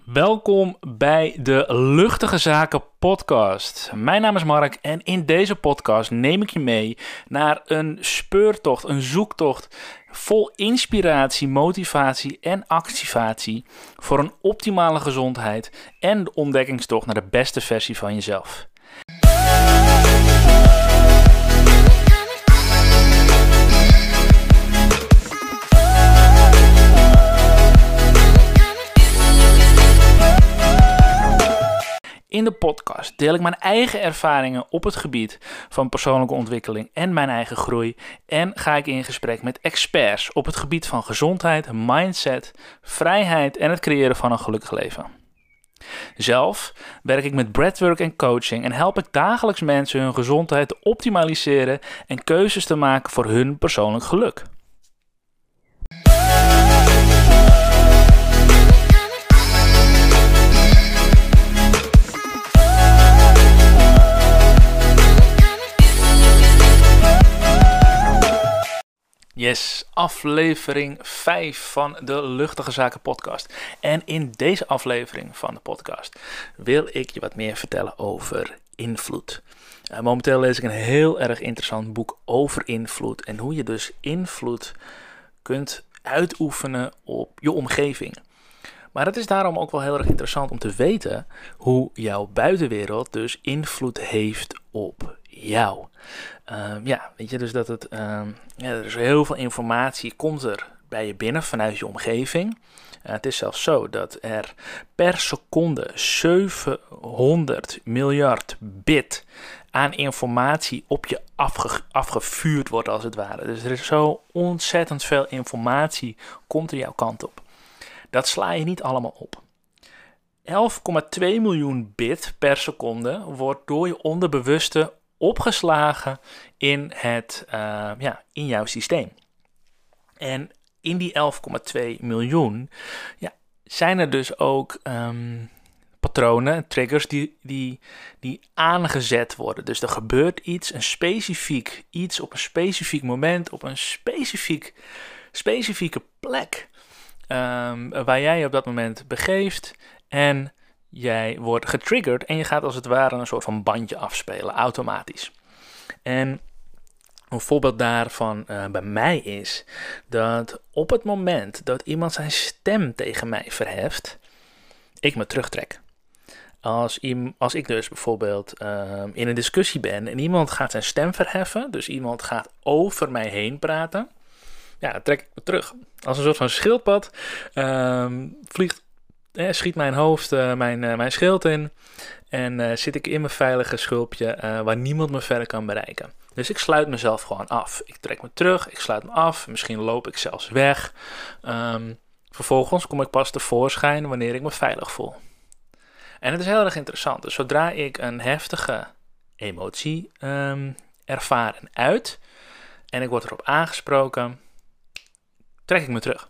Welkom bij de Luchtige Zaken podcast. Mijn naam is Mark en in deze podcast neem ik je mee naar een speurtocht, een zoektocht vol inspiratie, motivatie en activatie voor een optimale gezondheid en de ontdekkingstocht naar de beste versie van jezelf. In de podcast deel ik mijn eigen ervaringen op het gebied van persoonlijke ontwikkeling en mijn eigen groei. En ga ik in gesprek met experts op het gebied van gezondheid, mindset, vrijheid en het creëren van een gelukkig leven. Zelf werk ik met breathwork en coaching en help ik dagelijks mensen hun gezondheid te optimaliseren en keuzes te maken voor hun persoonlijk geluk. Yes, aflevering 5 van de Luchtige Zaken podcast. En in deze aflevering van de podcast wil ik je wat meer vertellen over invloed. Momenteel lees ik een heel erg interessant boek over invloed en hoe je dus invloed kunt uitoefenen op je omgeving. Maar het is daarom ook wel heel erg interessant om te weten hoe jouw buitenwereld dus invloed heeft op jou. Weet je, dus dat er is heel veel informatie komt er bij je binnen vanuit je omgeving. Het is zelfs zo dat er per seconde 700 miljard bit aan informatie op je afgevuurd wordt als het ware. Dus er is zo ontzettend veel informatie komt er jouw kant op. Dat sla je niet allemaal op. 11,2 miljoen bit per seconde wordt door je onderbewuste opgeslagen in jouw systeem. En in die 11,2 miljoen zijn er dus ook patronen, triggers die aangezet worden. Dus er gebeurt iets, een specifiek iets op een specifiek moment, op een specifieke plek waar jij je op dat moment begeeft en jij wordt getriggerd en je gaat als het ware een soort van bandje afspelen, automatisch. En een voorbeeld daarvan bij mij is dat op het moment dat iemand zijn stem tegen mij verheft, ik me terugtrek. Als ik dus bijvoorbeeld in een discussie ben en iemand gaat zijn stem verheffen, dus iemand gaat over mij heen praten, dan trek ik me terug. Als een soort van schildpad schiet mijn hoofd mijn schild in en zit ik in mijn veilige schulpje waar niemand me verder kan bereiken. Dus ik sluit mezelf gewoon af. Ik trek me terug, ik sluit me af, misschien loop ik zelfs weg. Vervolgens kom ik pas tevoorschijn wanneer ik me veilig voel. En het is heel erg interessant. Dus zodra ik een heftige emotie ervaar en uit en ik word erop aangesproken, trek ik me terug.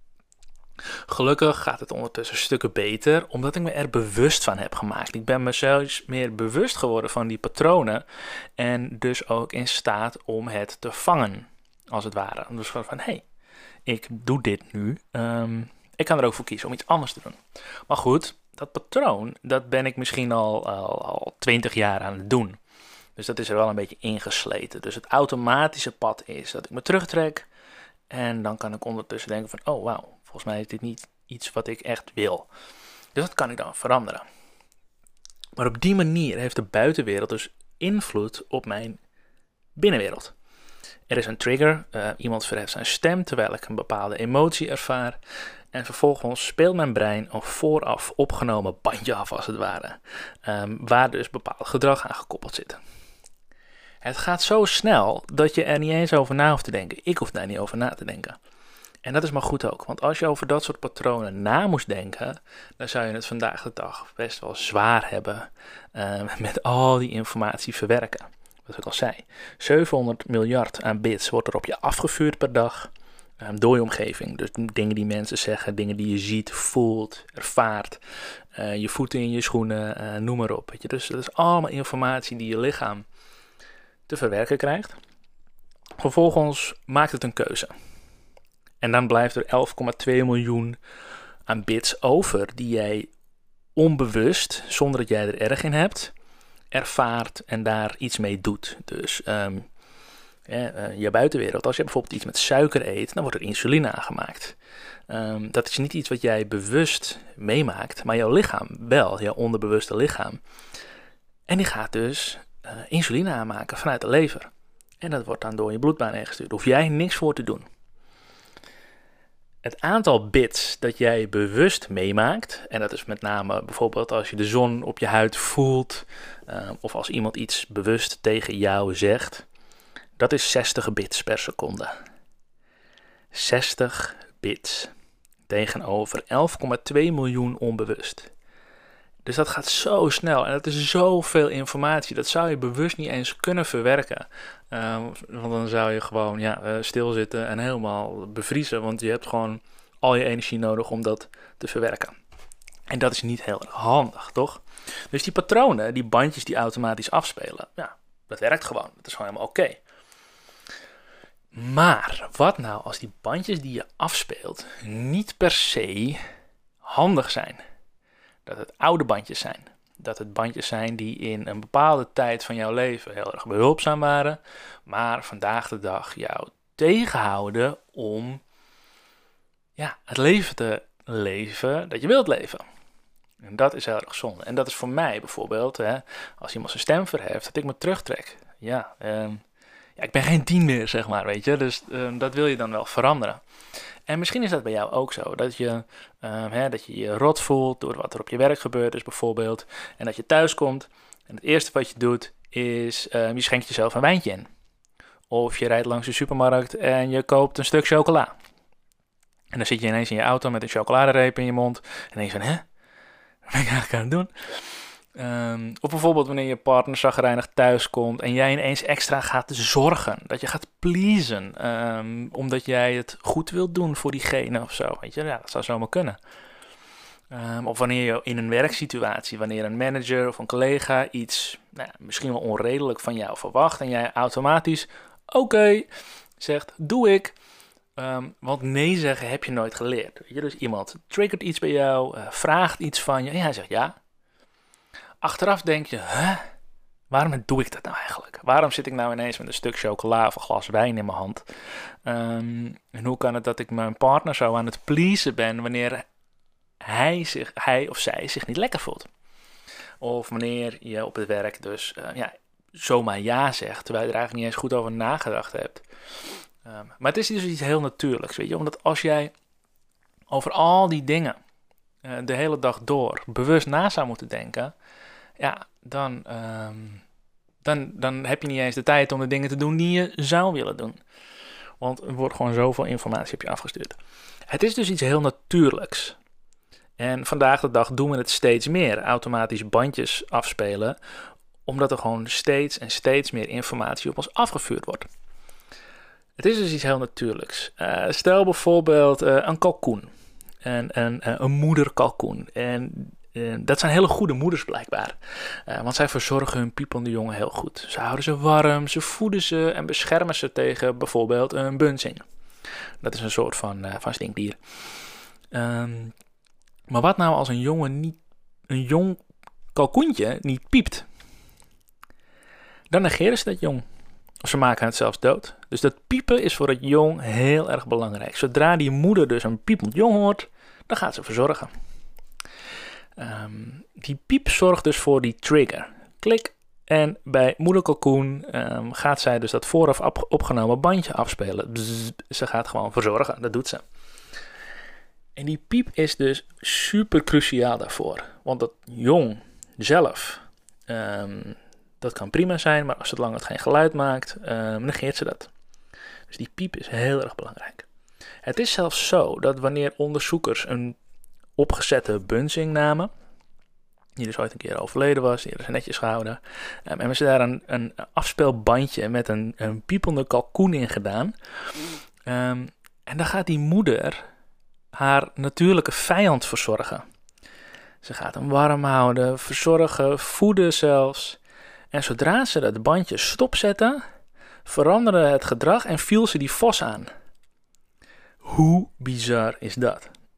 Gelukkig gaat het ondertussen stukken beter, omdat ik me er bewust van heb gemaakt. Ik ben mezelf meer bewust geworden van die patronen en dus ook in staat om het te vangen, als het ware. Dus van, ik doe dit nu. Ik kan er ook voor kiezen om iets anders te doen. Maar goed, dat patroon, dat ben ik misschien al 20 jaar aan het doen. Dus dat is er wel een beetje ingesleten. Dus het automatische pad is dat ik me terugtrek en dan kan ik ondertussen denken van, oh wauw, volgens mij is dit niet iets wat ik echt wil. Dus dat kan ik dan veranderen. Maar op die manier heeft de buitenwereld dus invloed op mijn binnenwereld. Er is een trigger, iemand verheft zijn stem terwijl ik een bepaalde emotie ervaar. En vervolgens speelt mijn brein een vooraf opgenomen bandje af als het ware. Waar dus bepaald gedrag aan gekoppeld zit. Het gaat zo snel dat je er niet eens over na hoeft te denken. Ik hoef daar niet over na te denken. En dat is maar goed ook, want als je over dat soort patronen na moest denken, dan zou je het vandaag de dag best wel zwaar hebben met al die informatie verwerken. Wat ik al zei, 700 miljard aan bits wordt er op je afgevuurd per dag door je omgeving. Dus dingen die mensen zeggen, dingen die je ziet, voelt, ervaart, je voeten in je schoenen, noem maar op. Weet je? Dus dat is allemaal informatie die je lichaam te verwerken krijgt. Vervolgens maakt het een keuze. En dan blijft er 11,2 miljoen aan bits over die jij onbewust, zonder dat jij er erg in hebt, ervaart en daar iets mee doet. Dus je buitenwereld, als je bijvoorbeeld iets met suiker eet, dan wordt er insuline aangemaakt. Dat is niet iets wat jij bewust meemaakt, maar jouw lichaam wel, jouw onderbewuste lichaam. En die gaat dus insuline aanmaken vanuit de lever. En dat wordt dan door je bloedbaan heen gestuurd. Daar hoef jij niks voor te doen. Het aantal bits dat jij bewust meemaakt, en dat is met name bijvoorbeeld als je de zon op je huid voelt, of als iemand iets bewust tegen jou zegt, dat is 60 bits per seconde. 60 bits tegenover 11,2 miljoen onbewust. Dus dat gaat zo snel en dat is zoveel informatie. Dat zou je bewust niet eens kunnen verwerken. Want dan zou je gewoon stilzitten en helemaal bevriezen. Want je hebt gewoon al je energie nodig om dat te verwerken. En dat is niet heel erg handig, toch? Dus die patronen, die bandjes die automatisch afspelen, ja, dat werkt gewoon. Dat is gewoon helemaal oké. Maar wat nou als die bandjes die je afspeelt niet per se handig zijn? Dat het oude bandjes zijn. Dat het bandjes zijn die in een bepaalde tijd van jouw leven heel erg behulpzaam waren, maar vandaag de dag jou tegenhouden om het leven te leven dat je wilt leven. En dat is heel erg zonde. En dat is voor mij bijvoorbeeld, als iemand zijn stem verheft, dat ik me terugtrek. Ik ben geen 10 meer, zeg maar, weet je. Dus dat wil je dan wel veranderen. En misschien is dat bij jou ook zo. Dat je je rot voelt door wat er op je werk gebeurt is bijvoorbeeld. En dat je thuis komt en het eerste wat je doet is je schenkt jezelf een wijntje in. Of je rijdt langs de supermarkt en je koopt een stuk chocola. En dan zit je ineens in je auto met een chocoladereep in je mond. En denk je van, wat ben ik eigenlijk aan het doen? Of bijvoorbeeld wanneer je partner chagrijnig thuis komt en jij ineens extra gaat zorgen. Dat je gaat pleasen. Omdat jij het goed wilt doen voor diegene of zo. Weet je, ja, dat zou zomaar kunnen. Of wanneer je in een werksituatie, wanneer een manager of een collega iets misschien wel onredelijk van jou verwacht. En jij automatisch, oké, zegt, doe ik. Want nee zeggen heb je nooit geleerd. Weet je? Dus iemand triggert iets bij jou, vraagt iets van je en jij zegt ja. Achteraf denk je, waarom doe ik dat nou eigenlijk? Waarom zit ik nou ineens met een stuk chocola of een glas wijn in mijn hand? En hoe kan het dat ik mijn partner zo aan het pleasen ben wanneer hij of zij zich niet lekker voelt? Of wanneer je op het werk dus zomaar ja zegt, terwijl je er eigenlijk niet eens goed over nagedacht hebt. Maar het is dus iets heel natuurlijks, weet je. Omdat als jij over al die dingen de hele dag door bewust na zou moeten denken, dan heb je niet eens de tijd om de dingen te doen die je zou willen doen. Want er wordt gewoon zoveel informatie op je afgestuurd. Het is dus iets heel natuurlijks. En vandaag de dag doen we het steeds meer, automatisch bandjes afspelen, omdat er gewoon steeds en steeds meer informatie op ons afgevuurd wordt. Het is dus iets heel natuurlijks. Stel bijvoorbeeld een kalkoen. Een moederkalkoen. En dat zijn hele goede moeders blijkbaar. Want zij verzorgen hun piepelende jongen heel goed. Ze houden ze warm, ze voeden ze en beschermen ze tegen bijvoorbeeld een bunzing. Dat is een soort van stinkdier. Maar wat nou als een jong kalkoentje niet piept? Dan negeren ze dat jong. Of ze maken het zelfs dood. Dus dat piepen is voor het jong heel erg belangrijk. Zodra die moeder dus een piepend jong hoort, dan gaat ze verzorgen. Die piep zorgt dus voor die trigger. Klik. En bij moeder kalkoen gaat zij dus dat vooraf opgenomen bandje afspelen. Bzz, ze gaat gewoon verzorgen. Dat doet ze. En die piep is dus super cruciaal daarvoor. Want dat jong zelf, dat kan prima zijn, maar als het lang geen geluid maakt, negeert ze dat. Dus die piep is heel erg belangrijk. Het is zelfs zo dat wanneer onderzoekers een opgezette bunzing namen, die dus ooit een keer overleden was, die is netjes gehouden, en hebben ze daar een afspeelbandje met een piepende kalkoen in gedaan. En dan gaat die moeder haar natuurlijke vijand verzorgen. Ze gaat hem warm houden, verzorgen, voeden zelfs. En zodra ze dat bandje stopzetten, veranderde het gedrag en viel ze die vos aan. Hoe bizar is dat?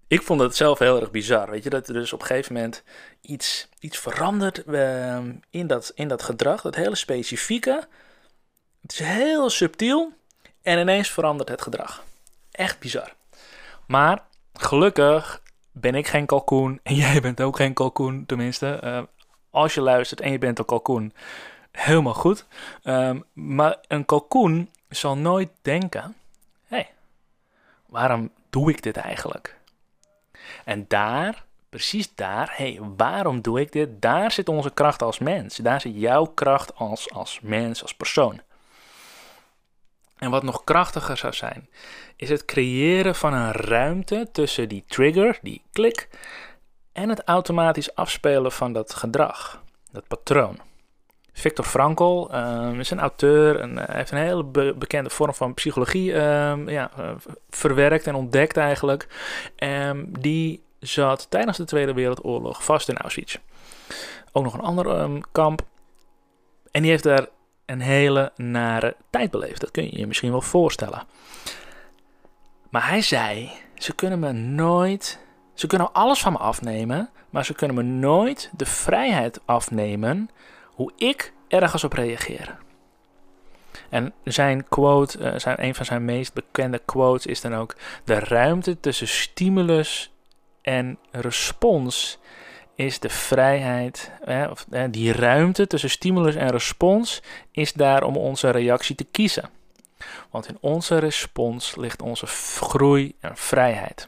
Ik vond het zelf heel erg bizar, weet je, dat er dus op een gegeven moment iets verandert in dat gedrag, dat hele specifieke. Het is heel subtiel en ineens verandert het gedrag. Echt bizar. Maar gelukkig ben ik geen kalkoen en jij bent ook geen kalkoen, tenminste. Als je luistert en je bent een kalkoen, helemaal goed. Maar een kalkoen zal nooit denken, hé, waarom doe ik dit eigenlijk? En daar, precies daar, waarom doe ik dit? Daar zit onze kracht als mens. Daar zit jouw kracht als mens, als persoon. En wat nog krachtiger zou zijn, is het creëren van een ruimte tussen die trigger, die klik, en het automatisch afspelen van dat gedrag, dat patroon. Viktor Frankl is een auteur en heeft een hele bekende vorm van psychologie verwerkt en ontdekt eigenlijk. Die zat tijdens de Tweede Wereldoorlog vast in Auschwitz. Ook nog een ander kamp. En die heeft daar een hele nare tijd beleefd. Dat kun je je misschien wel voorstellen. Maar hij zei, ze kunnen alles van me afnemen, maar ze kunnen me nooit de vrijheid afnemen hoe ik ergens op reageer. En zijn quote, een van zijn meest bekende quotes is dan ook: de ruimte tussen stimulus en respons is de vrijheid. Die ruimte tussen stimulus en respons is daar om onze reactie te kiezen. Want in onze respons ligt onze groei en vrijheid.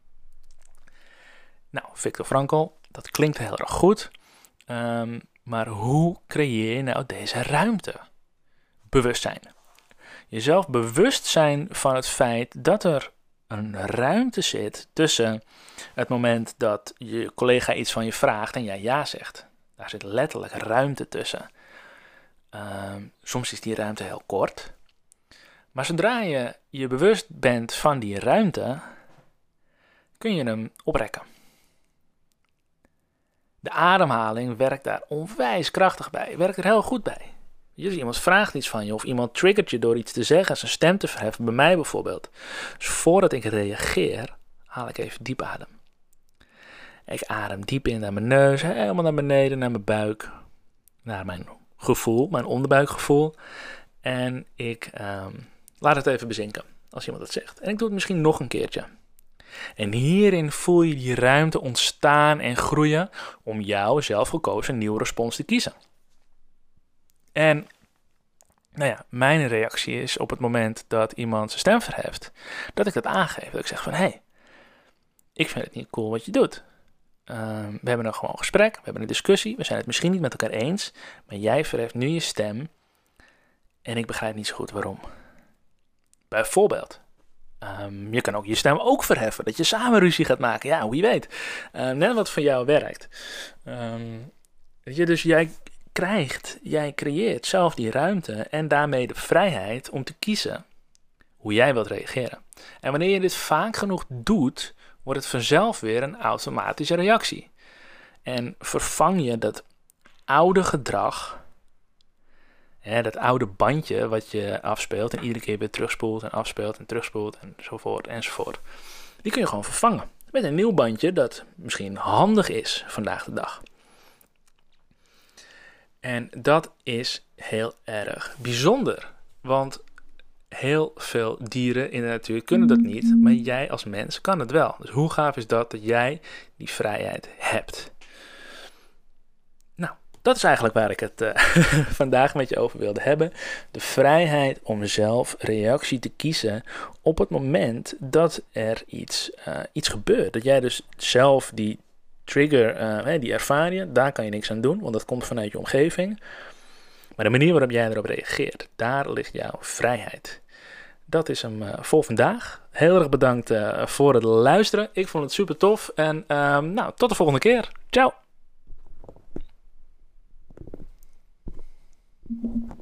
Nou, Viktor Frankl, dat klinkt heel erg goed. Maar hoe creëer je nou deze ruimte? Bewustzijn. Jezelf bewust zijn van het feit dat er een ruimte zit tussen het moment dat je collega iets van je vraagt en jij ja zegt. Daar zit letterlijk ruimte tussen. Soms is die ruimte heel kort. Maar zodra je je bewust bent van die ruimte, kun je hem oprekken. De ademhaling werkt daar onwijs krachtig bij, werkt er heel goed bij. Dus iemand vraagt iets van je of iemand triggert je door iets te zeggen, zijn stem te verheffen, bij mij bijvoorbeeld. Dus voordat ik reageer, haal ik even diep adem. Ik adem diep in naar mijn neus, helemaal naar beneden, naar mijn buik, naar mijn gevoel, mijn onderbuikgevoel. En ik laat het even bezinken, als iemand dat zegt. En ik doe het misschien nog een keertje. En hierin voel je die ruimte ontstaan en groeien om jouw zelfgekozen nieuwe respons te kiezen. En mijn reactie is op het moment dat iemand zijn stem verheft, dat ik dat aangeef. Dat ik zeg van, ik vind het niet cool wat je doet. We hebben een gewoon gesprek, we hebben een discussie, we zijn het misschien niet met elkaar eens, maar jij verheft nu je stem en ik begrijp niet zo goed waarom. Bijvoorbeeld, je kan ook je stem ook verheffen, dat je samen ruzie gaat maken. Ja, wie weet. Net wat voor jou werkt. Dus jij creëert zelf die ruimte en daarmee de vrijheid om te kiezen hoe jij wilt reageren. En wanneer je dit vaak genoeg doet, wordt het vanzelf weer een automatische reactie. En vervang je dat oude gedrag, dat oude bandje wat je afspeelt en iedere keer weer terugspoelt en afspeelt en terugspoelt enzovoort enzovoort. Die kun je gewoon vervangen met een nieuw bandje dat misschien handig is vandaag de dag. En dat is heel erg bijzonder, want heel veel dieren in de natuur kunnen dat niet, maar jij als mens kan het wel. Dus hoe gaaf is dat jij die vrijheid hebt? Nou, dat is eigenlijk waar ik het vandaag met je over wilde hebben. De vrijheid om zelf reactie te kiezen op het moment dat er iets gebeurt. Dat jij dus zelf die trigger, die ervaar je, daar kan je niks aan doen, want dat komt vanuit je omgeving. Maar de manier waarop jij erop reageert, daar ligt jouw vrijheid. Dat is hem voor vandaag. Heel erg bedankt voor het luisteren. Ik vond het super tof. En tot de volgende keer. Ciao.